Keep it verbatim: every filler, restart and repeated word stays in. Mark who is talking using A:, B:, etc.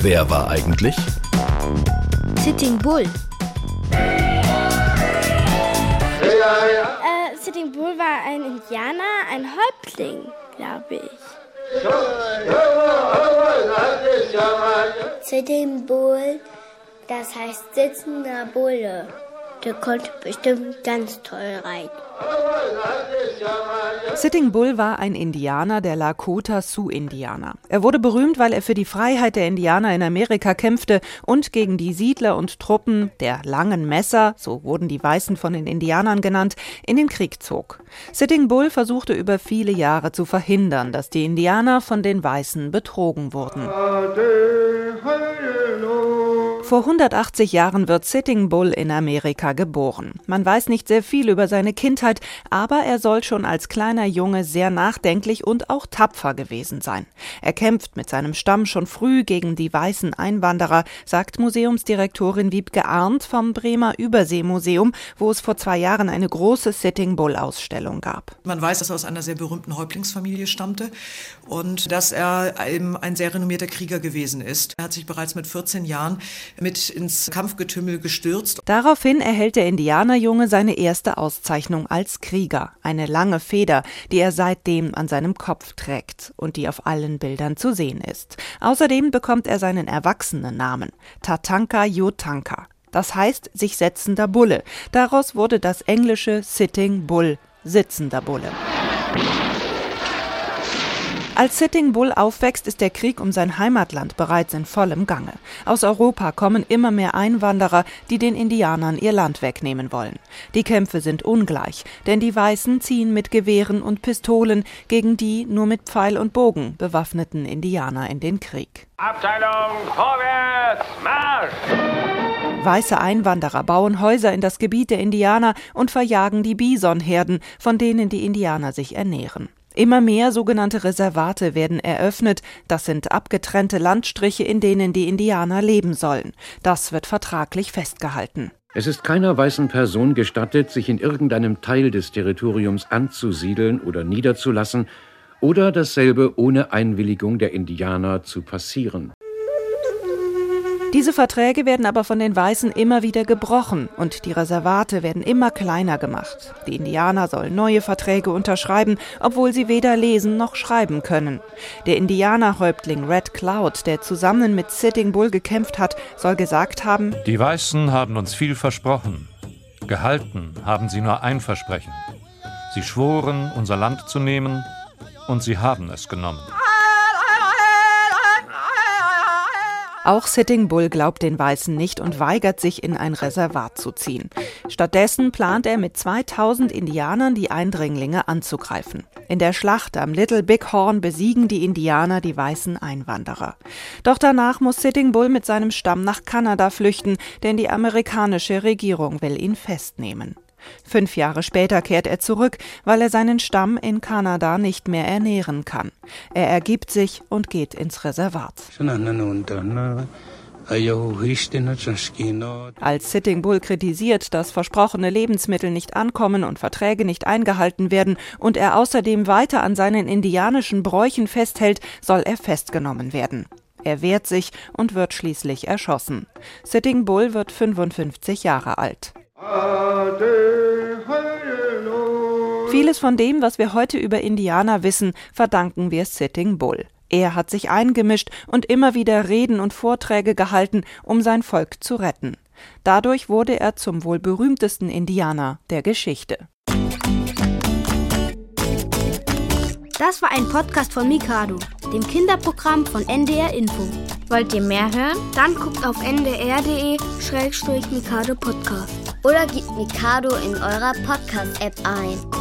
A: wer war eigentlich
B: Sitting Bull?
C: Äh, Sitting Bull war ein Indianer, ein Häuptling, glaube ich.
B: Sitting Bull, das heißt sitzender Bulle. Der konnte bestimmt ganz toll reiten.
D: Sitting Bull war ein Indianer der Lakota-Sioux-Indianer. Er wurde berühmt, weil er für die Freiheit der Indianer in Amerika kämpfte und gegen die Siedler und Truppen der langen Messer, so wurden die Weißen von den Indianern genannt, in den Krieg zog. Sitting Bull versuchte über viele Jahre zu verhindern, dass die Indianer von den Weißen betrogen wurden. Vor hundertachtzig Jahren wird Sitting Bull in Amerika geboren. Man weiß nicht sehr viel über seine Kindheit, aber er soll schon als kleiner Junge sehr nachdenklich und auch tapfer gewesen sein. Er kämpft mit seinem Stamm schon früh gegen die weißen Einwanderer, sagt Museumsdirektorin Wiebke Arndt vom Bremer Überseemuseum, wo es vor zwei Jahren eine große Sitting Bull-Ausstellung gab.
E: Man weiß, dass er aus einer sehr berühmten Häuptlingsfamilie stammte und dass er eben ein sehr renommierter Krieger gewesen ist. Er hat sich bereits mit vierzehn Jahren mit ins Kampfgetümmel gestürzt.
D: Daraufhin erhält der Indianerjunge seine erste Auszeichnung als Krieger, eine lange Feder, die er seitdem an seinem Kopf trägt und die auf allen Bildern zu sehen ist. Außerdem bekommt er seinen Erwachsenennamen, Tatanka Yotanka. Das heißt sich setzender Bulle. Daraus wurde das englische Sitting Bull, sitzender Bulle. Als Sitting Bull aufwächst, ist der Krieg um sein Heimatland bereits in vollem Gange. Aus Europa kommen immer mehr Einwanderer, die den Indianern ihr Land wegnehmen wollen. Die Kämpfe sind ungleich, denn die Weißen ziehen mit Gewehren und Pistolen gegen die nur mit Pfeil und Bogen bewaffneten Indianer in den Krieg.
F: Abteilung vorwärts, Marsch!
D: Weiße Einwanderer bauen Häuser in das Gebiet der Indianer und verjagen die Bisonherden, von denen die Indianer sich ernähren. Immer mehr sogenannte Reservate werden eröffnet. Das sind abgetrennte Landstriche, in denen die Indianer leben sollen. Das wird vertraglich festgehalten.
G: Es ist keiner weißen Person gestattet, sich in irgendeinem Teil des Territoriums anzusiedeln oder niederzulassen oder dasselbe ohne Einwilligung der Indianer zu passieren.
D: Diese Verträge werden aber von den Weißen immer wieder gebrochen und die Reservate werden immer kleiner gemacht. Die Indianer sollen neue Verträge unterschreiben, obwohl sie weder lesen noch schreiben können. Der Indianerhäuptling Red Cloud, der zusammen mit Sitting Bull gekämpft hat, soll gesagt haben:
H: Die Weißen haben uns viel versprochen. Gehalten haben sie nur ein Versprechen. Sie schworen, unser Land zu nehmen, und sie haben es genommen.
D: Auch Sitting Bull glaubt den Weißen nicht und weigert sich, in ein Reservat zu ziehen. Stattdessen plant er mit zweitausend Indianern, die Eindringlinge anzugreifen. In der Schlacht am Little Big Horn besiegen die Indianer die weißen Einwanderer. Doch danach muss Sitting Bull mit seinem Stamm nach Kanada flüchten, denn die amerikanische Regierung will ihn festnehmen. Fünf Jahre später kehrt er zurück, weil er seinen Stamm in Kanada nicht mehr ernähren kann. Er ergibt sich und geht ins Reservat. Als Sitting Bull kritisiert, dass versprochene Lebensmittel nicht ankommen und Verträge nicht eingehalten werden und er außerdem weiter an seinen indianischen Bräuchen festhält, soll er festgenommen werden. Er wehrt sich und wird schließlich erschossen. Sitting Bull wird fünfundfünfzig Jahre alt. Vieles von dem, was wir heute über Indianer wissen, verdanken wir Sitting Bull. Er hat sich eingemischt und immer wieder Reden und Vorträge gehalten, um sein Volk zu retten. Dadurch wurde er zum wohl berühmtesten Indianer der Geschichte.
B: Das war ein Podcast von Mikado, dem Kinderprogramm von N D R Info. Wollt ihr mehr hören? Dann guckt auf n d r punkt d e slash mikado podcast. Oder gebt Mikado in eurer Podcast-App ein.